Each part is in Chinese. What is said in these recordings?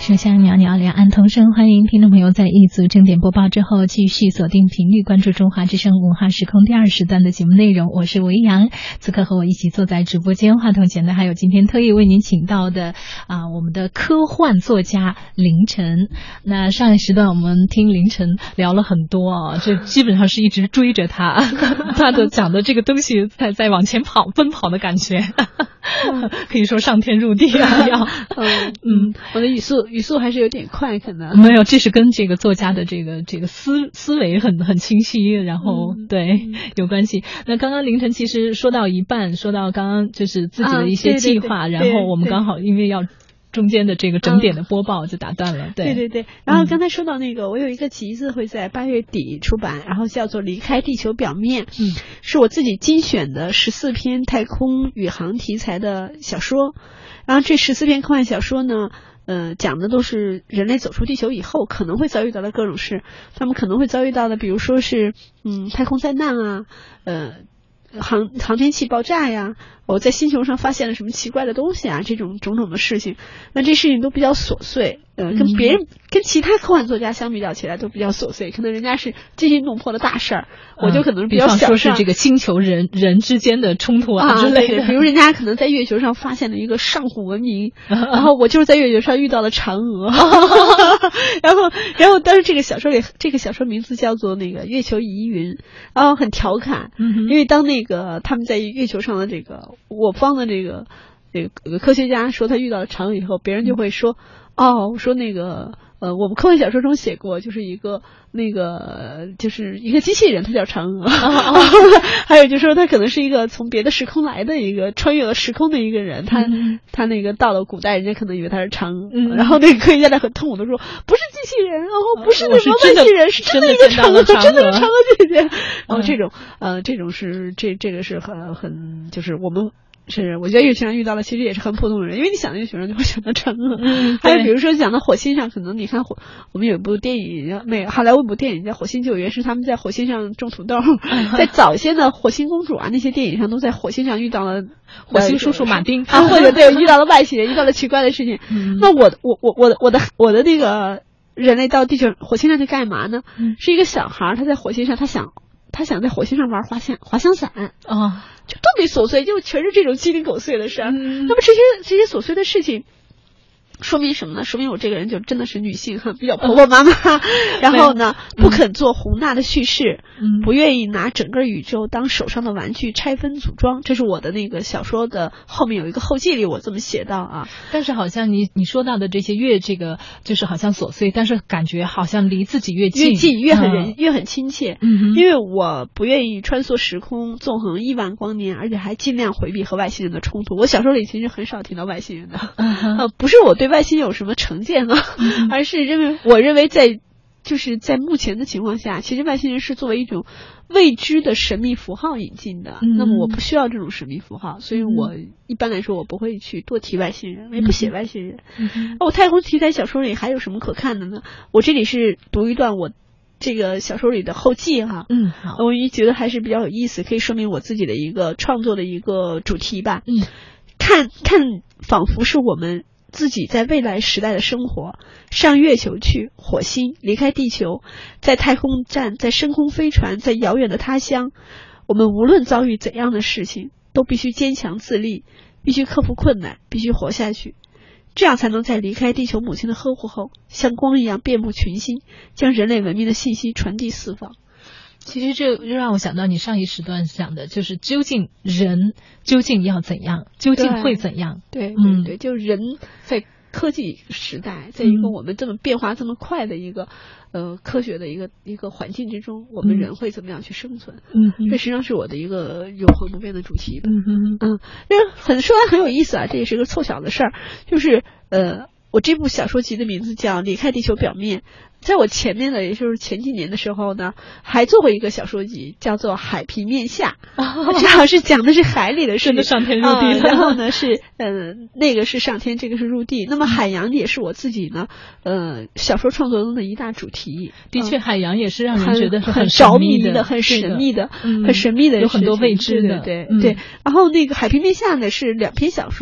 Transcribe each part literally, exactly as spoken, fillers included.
书香袅袅两岸同声，欢迎听众朋友在一组正点播报之后继续锁定频率，关注中华之声文化时空第二时段的节目内容。我是维扬，此刻和我一起坐在直播间话筒前的还有今天特意为您请到的啊，我们的科幻作家凌晨。那上一时段我们听凌晨聊了很多啊，这基本上是一直追着他，他的讲的这个东西在在往前跑奔跑的感觉，可以说上天入地啊！要嗯嗯，我的语速语速还是有点快，可能没有，这是跟这个作家的这个这个思思维很很清晰，然后、嗯、对、嗯、有关系。那刚刚凌晨其实说到一半，说到刚刚就是自己的一些计划， 啊、对对对然后我们刚好因为要中间的这个整点的播报就打断了。嗯、对对对对。然后刚才说到那个，嗯、我有一个集子会在八月底出版，然后叫做《离开地球表面》，嗯，是我自己精选的十四篇太空宇航题材的小说。然后这十四篇科幻小说呢，呃，讲的都是人类走出地球以后可能会遭遇到的各种事，他们可能会遭遇到的，比如说是嗯太空灾难啊，呃航航天器爆炸呀，我在星球上发现了什么奇怪的东西啊，这种种种的事情，那这事情都比较琐碎，呃，跟别人、嗯、跟其他科幻作家相比较起来都比较琐碎，可能人家是惊心动魄的大事儿，我就可能比较小、嗯、 比方说是这个星球人人之间的冲突啊之类的， 啊、对对，比如人家可能在月球上发现了一个上古文明，然后我就是在月球上遇到了嫦娥，然后然后但是这个小说里这个小说名字叫做那个月球疑云，然后很调侃，嗯、因为当那个他们在月球上的这个我方的这个这个科学家说他遇到了嫦娥以后，别人就会说、嗯、哦，说那个呃，我们科幻小说中写过，就是一个那个就是一个机器人，它叫嫦娥。还有就是说，他可能是一个从别的时空来的一个穿越了时空的一个人，他、嗯、他那个到了古代，人家可能以为他是嫦娥，嗯、然后那个科学家在很痛苦的说，不是机器人，然后不是那什么外星人，是真的一个嫦娥，真的是嫦娥姐姐。然后这种呃，这种是这这个是很很就是我们。是，我觉得月球上遇到了，其实也是很普通的人，因为你想到月球上就会想到嫦娥。嗯，还有比如说讲到火星上，可能你看火，我们有一部电影，那个好莱坞一部电影叫《火星救援》，是他们在火星上种土豆。在早些的火星公主啊那些电影上，都在火星上遇到了火星叔叔马丁， 啊，或者对遇到了外星人，遇到了奇怪的事情。嗯、那我我我我的我的我的那个人类到地球火星上去干嘛呢？嗯、是一个小孩，他在火星上，他想。他想在火星上玩滑翔滑翔伞啊、哦，就特别琐碎，就全是这种鸡零狗碎的事儿。嗯、那么这些这些琐碎的事情，说明什么呢？说明我这个人就真的是女性哈，比较婆婆妈妈。嗯、然后呢，嗯、不肯做宏大的叙事，嗯、不愿意拿整个宇宙当手上的玩具拆分组装。这是我的那个小说的后面有一个后记里我这么写到啊。 但是好像你你说到的这些越这个就是好像琐碎，但是感觉好像离自己越近， 越近越很人、嗯、越很亲切。嗯，因为我不愿意穿梭时空，纵横亿万光年，而且还尽量回避和外星人的冲突。我小说里其实很少提到外星人的，嗯、呃，不是我对外星有什么成见啊，嗯、而是认为我认为在就是在目前的情况下，其实外星人是作为一种未知的神秘符号引进的。嗯、那么我不需要这种神秘符号，所以我一般来说我不会去多提外星人，也不写外星人。嗯、哦，太空题材小说里还有什么可看的呢？我这里是读一段我这个小说里的后记哈。嗯，好，我也觉得还是比较有意思，可以说明我自己的一个创作的一个主题吧。嗯，看看仿佛是我们自己在未来时代的生活，上月球去，火星，离开地球，在太空站，在深空飞船，在遥远的他乡，我们无论遭遇怎样的事情，都必须坚强自立，必须克服困难，必须活下去，这样才能在离开地球母亲的呵护后，像光一样遍布群星，将人类文明的信息传递四方。 其实这就让我想到你上一时段讲的，就是究竟人究竟要怎样，究竟会怎样？ 对对对，对，就人在科技时代，在一个我们这么变化这么快的一个、嗯、呃科学的一个一个环境之中，我们人会怎么样去生存？嗯，这实际上是我的一个永恒不变的主题。嗯嗯嗯，这很说来很有意思啊，这也是个凑巧的事儿，就是呃。我这部小说集的名字叫《离开地球表面》，在我前面的，也就是前几年的时候呢，还做过一个小说集，叫做《海平面下》，正好是讲的是海里的事情， 上天入地、 啊。然后呢是，呃，那个是上天，这个是入地。那么海洋也是我自己呢，呃，小说创作中的一大主题。 的确，海洋也是让人觉得是很着迷的、很神秘的、很神秘的， 有很多未知的。 对对对。然后那个《海平面下》呢是两篇小说。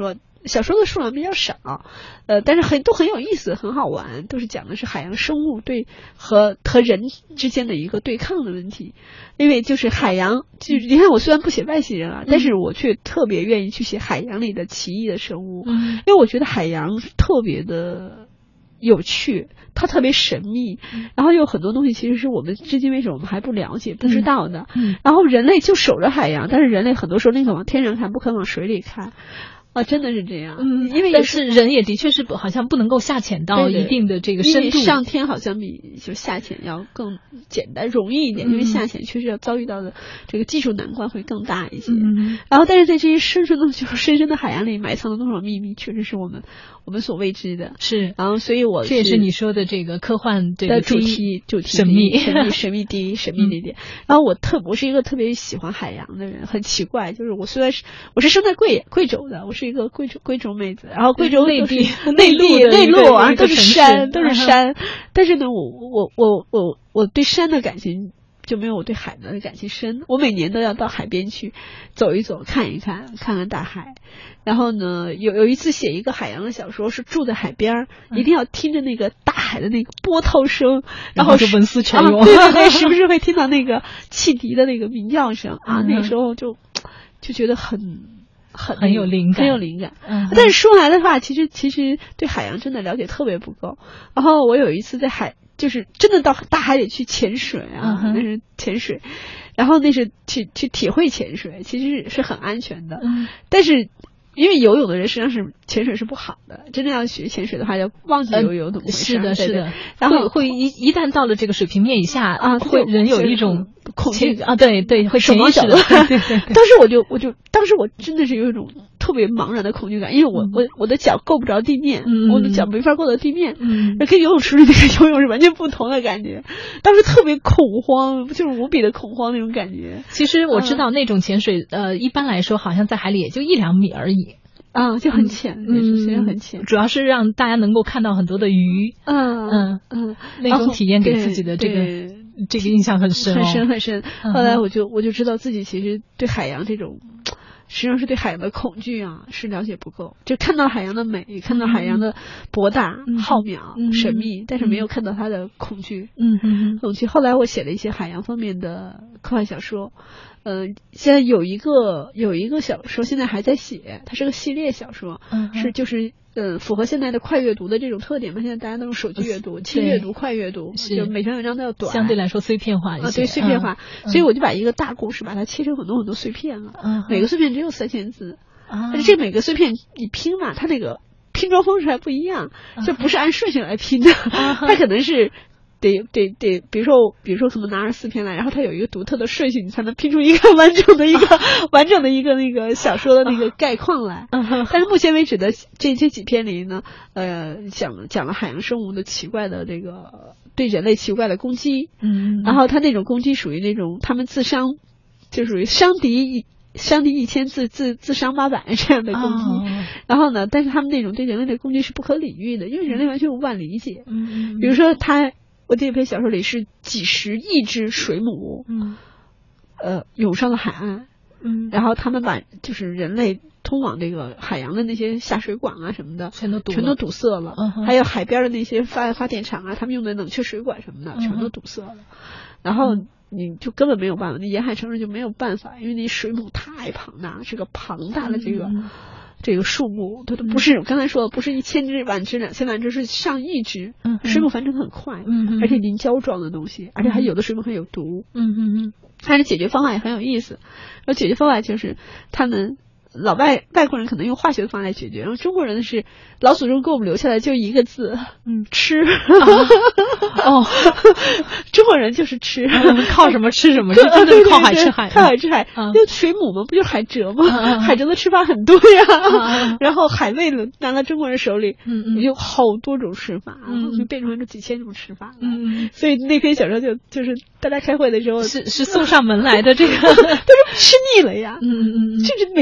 小说的数量比较少，呃，但是很都很有意思，很好玩，都是讲的是海洋生物对和和人之间的一个对抗的问题。因为就是海洋，就是你看我虽然不写外星人啊，嗯、但是我却特别愿意去写海洋里的奇异的生物，嗯、因为我觉得海洋特别的有趣，它特别神秘，嗯、然后有很多东西其实是我们至今为止我们还不了解、不知道的。嗯、然后人类就守着海洋，但是人类很多时候宁可往天上看，不肯往水里看。啊，真的是这样， 嗯，因为但是人也的确是好像不能够下潜到一定的这个深度， 上天好像比就下潜要更简单容易一点，嗯、因为下潜确实要遭遇到的这个技术难关会更大一些。嗯、然后，但是在这些深深的、就是深深的海洋里埋藏了多少秘密，确实是我们我们所未知的。 是， 然后，所以我这也是你说的这个科幻这个主题，主题神秘、 神秘、神秘第一，神秘那点。嗯、然后我特我是一个特别喜欢海洋的人，很奇怪，就是我虽然是我是生在贵贵州的，我是。一个贵州贵州妹子，然后贵州内地内陆内陆啊，都是山，都是山。 嗯、 但是呢，我我我我我对山的感情就没有我对海的感情深。我每年都要到海边去走一走，看一看，看看大海。然后呢，有有一次写一个海洋的小说，是住在海边，嗯、一定要听着那个大海的那个波涛声，然后就文思泉涌。 啊、对对对，时不时会听到那个汽笛的那个鸣叫声啊，嗯、那时候就就觉得很。很很有灵感， 很有灵感。嗯，但是说来的话，其实其实对海洋真的了解特别不够。然后我有一次在海，就是真的到大海里去潜水啊，嗯、那是潜水，然后那是去去体会潜水，其实是很安全的。嗯，但是。因为游泳的人实际上是潜水是不好的，真正要学潜水的话，要忘记游泳怎么回事。 是的，是的。 然后会一一旦到了这个水平面以下啊， 会人有一种恐惧啊，对对，会手忙脚乱。对对。当时我就我就当时我真的是有一种特别茫然的恐惧感，因为我我我的脚够不着地面，我的脚没法够到地面，嗯，跟游泳池里那个游泳是完全不同的感觉。当时特别恐慌，就是无比的恐慌那种感觉。 其实我知道那种潜水，呃，一般来说好像在海里也就一两米而已。 啊，就很浅，嗯，其实很浅， 主要是让大家能够看到很多的鱼， 嗯嗯嗯，那种体验给自己的这个这个印象很深， 很深很深。后来我就我就知道自己其实对海洋这种，实际上是对海洋的恐惧啊，是了解不够。就看到海洋的美，看到海洋的博大、浩渺、神秘，但是没有看到它的恐惧， 嗯嗯， 恐惧。后来我写了一些海洋方面的科幻小说。呃，现在有一个有一个小说，现在还在写，它是个系列小说，嗯、是就是呃符合现在的快阅读的这种特点嘛。现在大家都用手机阅读、轻阅读、快阅读，就每篇文章都要短， 相对来说碎片化一些。 啊，对，碎片化。嗯、所以我就把一个大故事把它切成很多很多碎片了，嗯、每个碎片只有三千字，嗯、但是这每个碎片你拼嘛，它那个拼装方式还不一样，就不是按顺序来拼的，嗯、它可能是。得得得，比如说，比如说，可能拿二十四篇来，然后它有一个独特的顺序，你才能拼出一个完整的一个完整的一个那个小说的那个概况来。但是目前为止的这这几篇里呢，呃，讲讲了海洋生物的奇怪的这个对人类奇怪的攻击，嗯，然后它那种攻击属于那种他们自伤，就属于伤敌一伤敌一千自自自伤八百这样的攻击。哦、然后呢，但是他们那种对人类的攻击是不可理喻的，因为人类完全无法理解。嗯，比如说他。我这篇小说里是几十亿只水母，嗯，呃，涌上了海岸，嗯，然后他们把就是人类通往这个海洋的那些下水管啊什么的， 全都堵， 全都堵塞了，嗯、还有海边的那些发发电厂啊，他们用的冷却水管什么的，全都堵塞了，嗯、然后你就根本没有办法，那沿海城市就没有办法，因为那水母太庞大，是个庞大的这个。嗯这个数目，它都不是我刚才说的，不是一千只、万只、两千万只，是上亿只。嗯，水母繁殖的很快，嗯，而且凝胶状的东西，而且还有的水母还有毒。嗯嗯嗯，它的解决方法也很有意思。然后解决方法就是他们老外外国人可能用化学方法来解决，然后中国人是老祖宗给我们留下来就一个字，嗯，吃。哦，中国人就是吃， 靠什么吃什么，就真的靠海吃海， 靠海吃海。那水母嘛，不就是海蜇吗？海蜇的吃法很多呀。然后海味呢，拿到中国人手里，嗯嗯，有好多种吃法，然后就变成了几千种吃法。嗯，所以那篇小说就就是大家开会的时候， 是是送上门来的这个， 都是吃腻了呀。嗯嗯嗯，甚至每天都在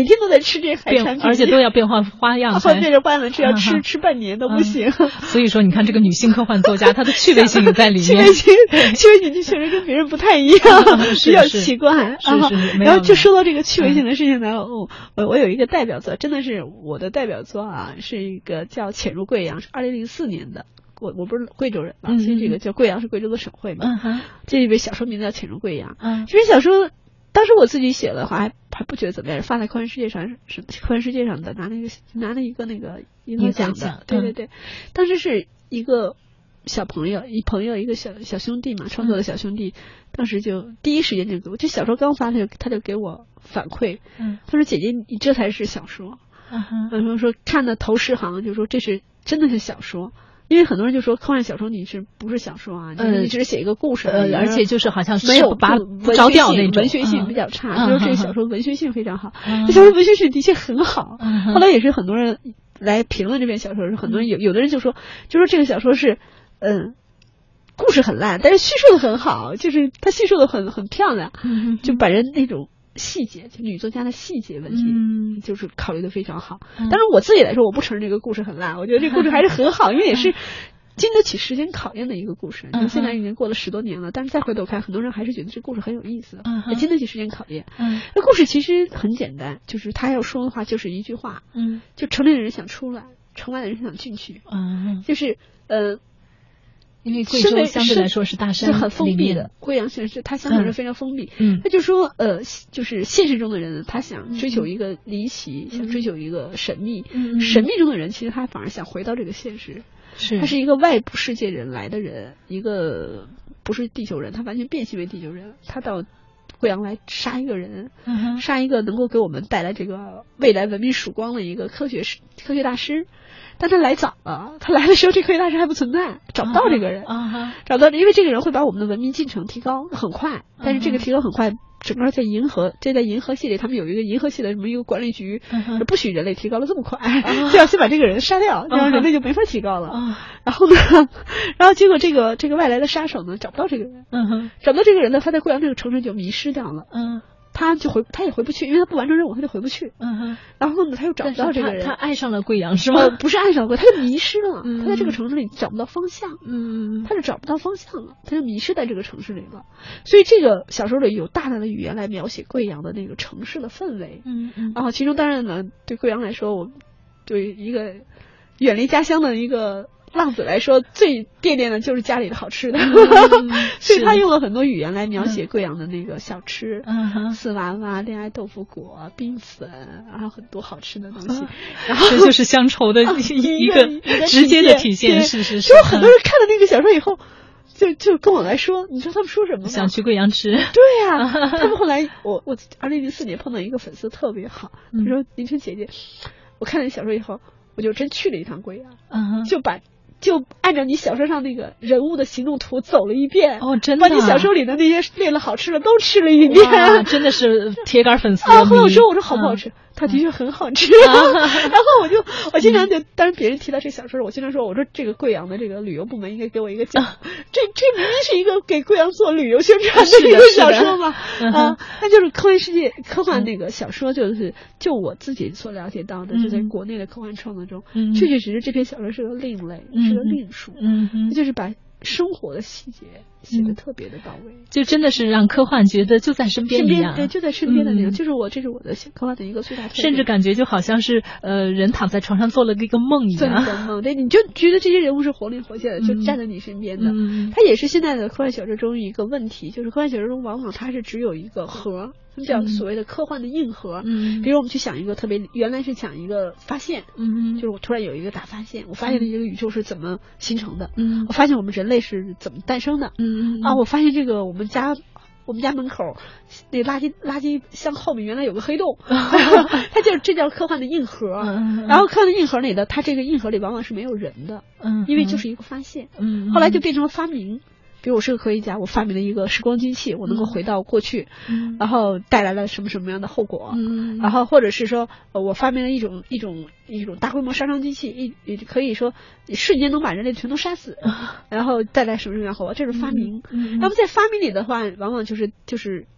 吃这海产品， 而且都要变换花样， 换变着花样吃，要吃吃半年都不行。 所以说，你看这个女性科幻作家，她的趣味性也在里面。趣味性，趣味性就确实跟别人不太一样，比较奇怪。 是是。 然后就说到这个趣味性的事情呢，我我有一个代表作，真的是我的代表作啊，是一个叫《潜入贵阳》，是二零零四年的。我我不是贵州人嘛，其实这个叫贵阳是贵州的省会嘛。嗯这一本小说名字叫《潜入贵阳》。嗯，这本小说当时我自己写的话，还还不觉得怎么样，发在科幻世界上是科幻世界上的，拿那个拿了一个那个银河奖的。对对对，当时是一个小朋友，一朋友一个小小兄弟嘛，创作的小兄弟，当时就第一时间就给我，这小说刚发，他就他就给我反馈。嗯，他说姐姐，你这才是小说。嗯哼，然后说看的头十行，就说这是真的是小说。因为很多人就说科幻小说你是不是小说啊？嗯，你只是写一个故事， 呃，而且就是好像没有把不着调那种， 文学性比较差。就是这个小说文学性非常好，这小说文学性的确很好。后来也是很多人来评论这篇小说，是很多人有有的人就说，就说这个小说是，嗯，故事很烂，但是叙述的很好，就是他叙述的很很漂亮，就把人那种。细节，就女作家的细节问题，嗯，就是考虑的非常好。当然我自己来说，我不承认这个故事很烂，我觉得这个故事还是很好，因为也是经得起时间考验的一个故事。嗯，现在已经过了十多年了，但是再回头看，很多人还是觉得这故事很有意思，嗯，也经得起时间考验。嗯，那故事其实很简单，就是他要说的话就是一句话，嗯，就城里的人想出来，城外的人想进去，嗯，就是呃。 因为贵州相对来说是大山， 是很封闭的。贵阳县是它相对来说非常封闭。嗯，他就说呃，就是现实中的人，他想追求一个离奇，嗯、想追求一个神秘。嗯，神秘中的人其实他反而想回到这个现实。是，他是一个外部世界人来的人，一个不是地球人，他完全变性为地球人，他到贵阳来杀一个人，嗯、杀一个能够给我们带来这个未来文明曙光的一个科学科学大师。但他来早了，他来的时候这科学大师还不存在，找不到这个人，啊、找不到，因为这个人会把我们的文明进程提高很快，但是这个提高很快，整个在银河，这在银河系里，他们有一个银河系的什么一个管理局，嗯、不许人类提高了这么快，啊、就要先把这个人杀掉，这样人类就没法提高了。啊、然后呢，然后结果这个这个外来的杀手呢找不到这个人，嗯、找不到这个人呢，他在贵阳这个城市就迷失掉了。嗯。他就回，他也回不去，因为他不完成任务，他就回不去。嗯哼。然后呢，他又找不到这个人。 他, 他爱上了贵阳是吗？ 呃，不是爱上了贵阳，他就迷失了。嗯、他在这个城市里找不到方向。嗯。他就找不到方向了，他就迷失在这个城市里了。所以这个小说里有大量的语言来描写贵阳的那个城市的氛围。嗯嗯。然后其中当然呢，对贵阳来说，我对一个远离家乡的一个。浪子来说，最惦念的就是家里的好吃的，嗯、所以他用了很多语言来描写贵阳的那个小吃，嗯、丝娃娃、恋爱豆腐果、冰粉，然后很多好吃的东西。嗯、然后这就是乡愁的一个直接的体现，是是是。 就很多人看了那个小说以后，就就跟我来说，你知道他们说什么吗？ 想去贵阳吃。 对呀、啊，他们后来我我二零零四年碰到一个粉丝特别好，他说：“林晨姐姐，我看了你小说以后，我就真去了一趟贵阳，嗯、就把。”就按照你小说上那个人物的行动图走了一遍哦，真的， 把你小说里的那些列了好吃的都吃了一遍， 真的是铁杆粉丝。 啊，后来我说我说好不好吃？嗯、它的确很好吃。啊、然后我就我经常就，当然别人提到这小说，我经常说，我说这个贵阳的这个旅游部门应该给我一个奖，啊、这这明明是一个给贵阳做旅游宣传的一个小说嘛。啊，那就是科幻世界科幻那个小说，就是就我自己所了解到的，就在国内的科幻创作中，嗯、确确实实这篇小说是个另类。嗯是个另属，嗯哼，就是把生活的细节写得特别的到位， 嗯、就真的是让科幻觉得就在身边一样， 对，就在身边的那种，嗯、就是我，这是我的科幻的一个最大特点， 甚至感觉就好像是呃人躺在床上做了一个梦一样， 做了个梦，对，你就觉得这些人物是活灵活现的，就站在你身边的。嗯、它也是现在的科幻小说中一个问题，就是科幻小说中往往它是只有一个核。叫所谓的科幻的硬核，嗯，比如我们去想一个特别，原来是讲一个发现，嗯，就是我突然有一个大发现，我发现了这个宇宙是怎么形成的，嗯，我发现我们人类是怎么诞生的，嗯啊，我发现这个我们家我们家门口那垃圾垃圾箱后面原来有个黑洞，它就这叫科幻的硬核，嗯，然后科幻的硬核里的它这个硬核里往往是没有人的，嗯，因为就是一个发现，嗯，后来就变成了发明。比如我是个科学家，我发明了一个时光机器，我能够回到过去，嗯、然后带来了什么什么样的后果，嗯、然后或者是说，呃、我发明了一种一种一种大规模杀伤机器，一也可以说瞬间能把人类全都杀死，嗯、然后带来什么什么样的后果，这是发明。嗯嗯、那么在发明里的话，往往就是就是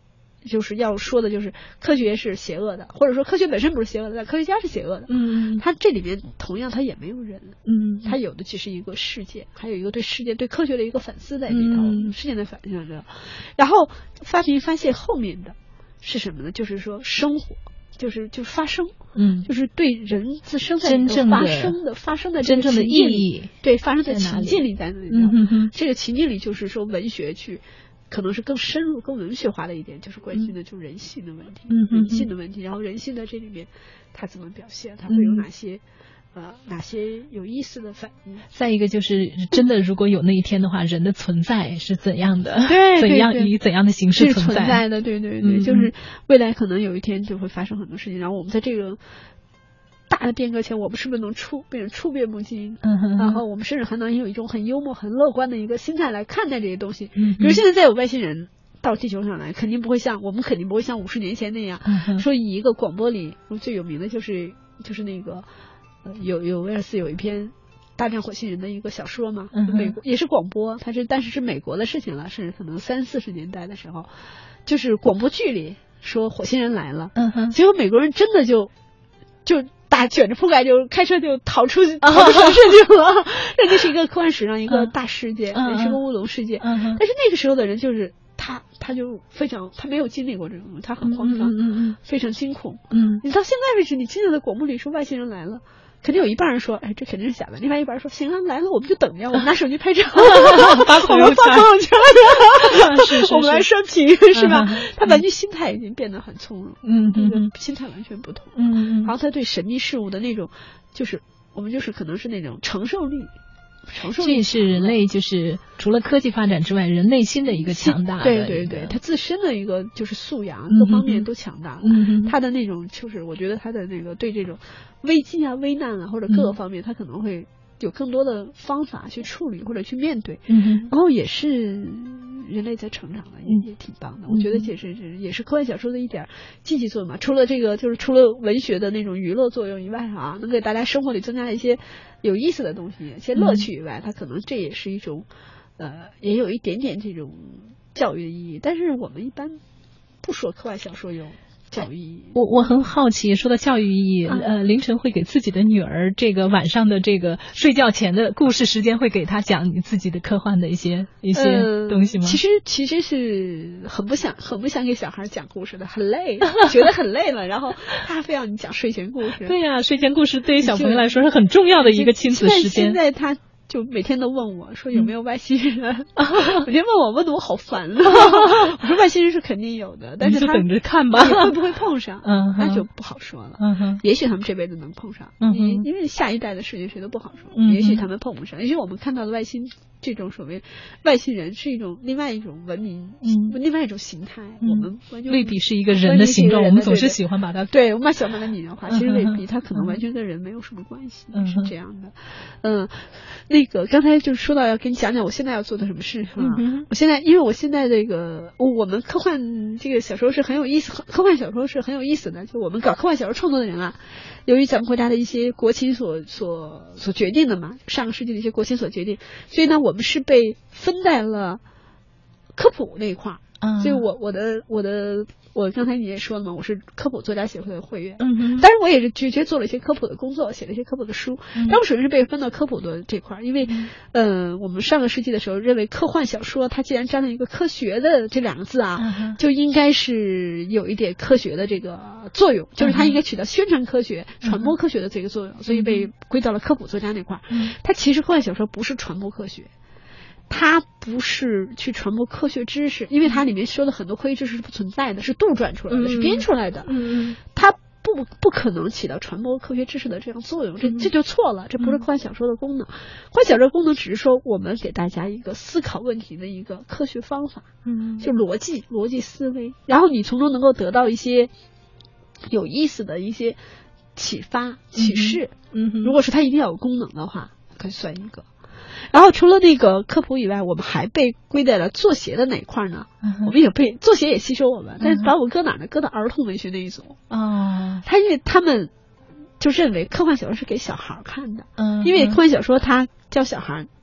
就是要说的就是科学是邪恶的，或者说科学本身不是邪恶的，但科学家是邪恶的。 嗯， 它这里面同样它也没有人， 嗯， 它有的只是一个世界，还有一个对世界对科学的一个反思在里头， 嗯、 世界的反向的。然后发明发现后面的是什么呢？就是说生活。就是就是发生， 嗯， 就是对人自身在真正的发生的发生的真正的意义， 对发生的情境里在哪里？ 嗯哼哼， 这个情境里就是说文学去，可能是更深入、更文学化的一点，就是关心的就是人性的问题， 嗯哼哼， 人性的问题。然后人性在这里面，它怎么表现？它会有哪些？嗯呃，哪些有意思的反应？ 再一个就是真的，如果有那一天的话，人的存在是怎样的？ 对， 怎样以怎样的形式存在？存在的，对对对， 嗯、 就是未来可能有一天就会发生很多事情，然后我们在这个大的变革前，我们是不是能触变触变不惊？ 嗯哼， 然后我们甚至还能有一种很幽默、很乐观的一个心态来看待这些东西。 嗯， 比如现在再有外星人到地球上来，肯定不会像我们肯定不会像五十年前那样， 嗯、 说以一个广播里最有名的就是就是那个。有有威尔斯有一篇大战火星人的一个小说嘛， 嗯、 美国也是广播，它是但是是美国的事情了，是可能三四十年代的时候，就是广播剧里说火星人来了， 嗯哼， 结果美国人真的就就大卷着铺盖就开车就逃出逃出城市去了，这就是一个科幻史上一个大事件， 嗯、 也是个乌龙事件， 嗯、 但是那个时候的人就是他他就非常他没有经历过这种，他很慌张， 嗯嗯嗯， 非常惊恐， 嗯， 你到现在为止，你听到的广播里说外星人来了。肯定有一半人说，哎，这肯定是假的。另外一半人说，行啊，来了我们就等着，我们拿手机拍照，我们发朋友圈， 是是我们来刷屏，是吧？他完全心态已经变得很从容， 嗯嗯， 心态完全不同， 嗯嗯， 然后他对神秘事物的那种，就是我们就是可能是那种承受力。承受力这也是人类就是除了科技发展之外，人内心的一个强大的， 对对对，他自身的一个就是素养，各方面都强大了。 嗯， 他的那种就是我觉得他的那个对这种危机啊、危难啊或者各个方面，他可能会有更多的方法去处理或者去面对。 嗯， 然后也是人类在成长的，也也挺棒的。我觉得也是也是科幻小说的一点积极作用嘛。除了这个，就是除了文学的那种娱乐作用以外啊，能给大家生活里增加一些有意思的东西、一些乐趣以外，它可能这也是一种，呃，也有一点点这种教育的意义。但是我们一般不说科幻小说有教育意义。 我我很好奇，说到教育意义， 啊、 呃，凌晨会给自己的女儿这个晚上的这个睡觉前的故事时间，会给她讲你自己的科幻的一些一些东西吗？ 呃、其实其实是很不想很不想给小孩讲故事的，很累，觉得很累了，然后他还非要你讲睡前故事。 对呀、啊，睡前故事对于小朋友来说是很重要的一个亲子时间。 现在他就每天都问我说有没有外星人，嗯、每天问我问的我好烦啊！我说外星人是肯定有的，但是他就等着看吧， 会不会碰上？ 嗯， 那就不好说了。 嗯哼， 也许他们这辈子能碰上， 嗯因因为下一代的世界谁都不好说。 嗯， 也许他们碰不上，也许我们看到的外星这种所谓外星人是一种另外一种文明， 嗯， 另外一种形态。 嗯、 我们未必是一个人的形状，我们总是喜欢把它， 对，我们喜欢把它拟人化，其实未必，它可能完全跟人没有什么关系， 嗯、 是这样的。嗯，那个刚才就是说到要跟你讲讲我现在要做的什么事哈。 嗯、 我现在因为我现在这个我们科幻这个小说是很有意思，科幻小说是很有意思的，就我们搞科幻小说创作的人啊，由于咱们国家的一些国情所所所决定的嘛，上个世纪的一些国情所决定，所以呢，我们是被分在了科普那一块儿。 嗯， 所以我我的我的我刚才你也说了嘛，我是科普作家协会的会员， 嗯哼， 当然我也是直接做了一些科普的工作，写了一些科普的书， 嗯、 但我首先是被分到科普的这块儿，因为，嗯、呃，我们上个世纪的时候认为科幻小说它既然沾了一个科学的这两个字啊， 嗯、 就应该是有一点科学的这个作用，就是它应该起到宣传科学、 嗯、 传播科学的这个作用，所以被归到了科普作家那块儿。 嗯、 它其实科幻小说不是传播科学。它不是去传播科学知识，因为它里面说的很多科学知识是不存在的，是杜撰出来的， 嗯、 是编出来的。 嗯嗯， 它不不可能起到传播科学知识的这样作用，这这就错了，这不是科幻小说的功能。科幻小说功能只是说我们给大家一个思考问题的一个科学方法， 嗯， 就逻辑逻辑思维，然后你从中能够得到一些有意思的一些启发启示。 嗯哼， 如果是它一定要有功能的话，可以算一个。然后除了那个科普以外，我们还被归在了作协的哪一块呢？ 嗯、 我们也被作协也吸收我们，但是把我们搁哪呢？搁到儿童文学那一组。 哦， 他因为他们就认为科幻小说是给小孩看的， 嗯， 因为科幻小说它教小孩去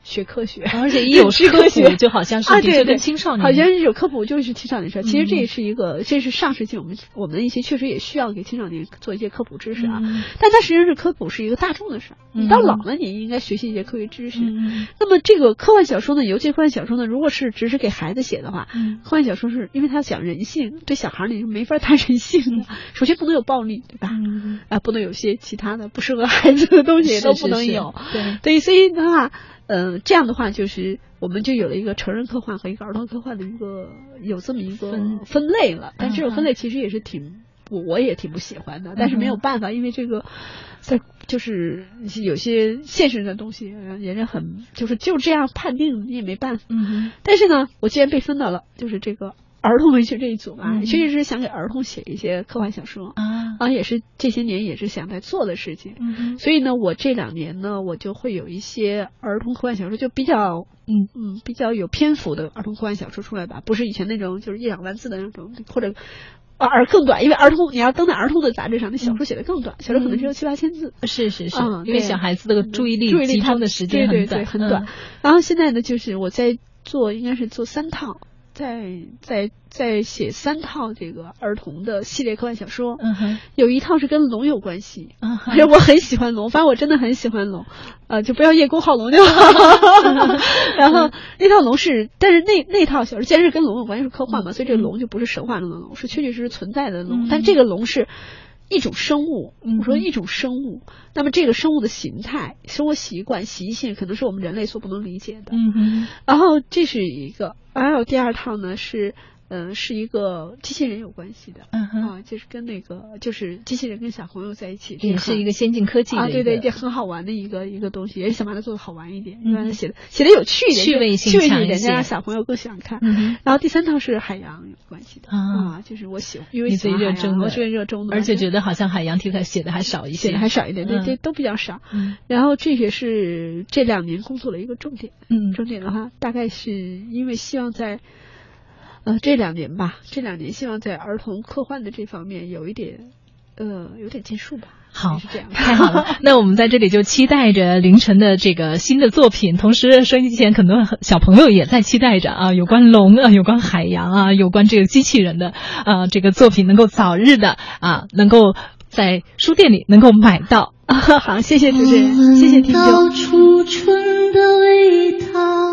学科学， 而且一有科学就好像是的确跟青少年， 啊、对对好像是有科普就是青少年说，其实这也是一个，这是上世纪我们我们一些确实也需要给青少年做一些科普知识啊，嗯、但它实际上是科普是一个大众的事儿，你到老了你应该学习一些科学知识。嗯、那么这个科幻小说呢，尤其科幻小说呢，如果是只是给孩子写的话，嗯、科幻小说是因为它讲人性，对小孩你是没法谈人性的。嗯、首先不能有暴力，对吧？嗯、啊，不能有些其他的不适合孩子的东西也都不能有。 是是是对对，所以的话。呃，这样的话就是我们就有了一个成人科幻和一个儿童科幻的一个有这么一个分分类了，但这种分类其实也是挺我我也挺不喜欢的，但是没有办法，因为这个在就是有些现实的东西，人家很就是就这样判定，你也没办法。嗯，但是呢，我既然被分到了就是这个儿童文学这一组嘛，确实是想给儿童写一些科幻小说啊，啊，也是这些年也是想在做的事情。嗯，所以呢，我这两年呢，我就会有一些儿童科幻小说，就比较嗯嗯比较有篇幅的儿童科幻小说出来吧，不是以前那种就是一两万字的那种，或者而更短，因为儿童你要登在儿童的杂志上，那小说写的更短，小说可能只有七八千字。 是是是，因为小孩子的注意力注意力集中的时间很短很短。然后现在呢，就是我在做，应该是做三套。在在在写三套这个儿童的系列科幻小说，嗯哼，有一套是跟龙有关系，嗯哼，而且我很喜欢龙，反正我真的很喜欢龙，呃，就不要叶公好龙就好。然后那套龙是，但是那那套小说既然是跟龙有关系，是科幻嘛，所以这个龙就不是神话中的龙，是确确实实存在的龙，但这个龙是一种生物，我说一种生物，那么这个生物的形态、生活习惯、习性，可能是我们人类所不能理解的。嗯哼。然后这是一个，还有第二套呢是，嗯、呃，是一个机器人有关系的。嗯哼。啊，就是跟那个，就是机器人跟小朋友在一起， 也是一个先进科技的啊，对对，也很好玩的一个一个东西，也想把它做的好玩一点，嗯、让它写的写的有趣一点， 趣味性趣味强一点，让小朋友更想看。嗯、然后第三套是海洋有关系的啊，就是我喜欢，因为喜欢海洋，我是热衷的， 而且觉得好像海洋题材写的还少一些， 写的还少一点，对，这、嗯、都比较少。嗯、然后这也是这两年工作的一个重点。嗯，重点的话，大概是因为希望在。呃，这两年吧，这两年希望在儿童科幻的这方面有一点，呃，有点建树吧。 好， 是这样， 太好了。那我们在这里就期待着凌晨的这个新的作品，同时收音机前很多小朋友也在期待着啊，有关龙啊，有关海洋啊，有关这个机器人的啊这个作品能够早日的啊，能够在书店里能够买到。啊、好，谢谢主持人，谢谢听众。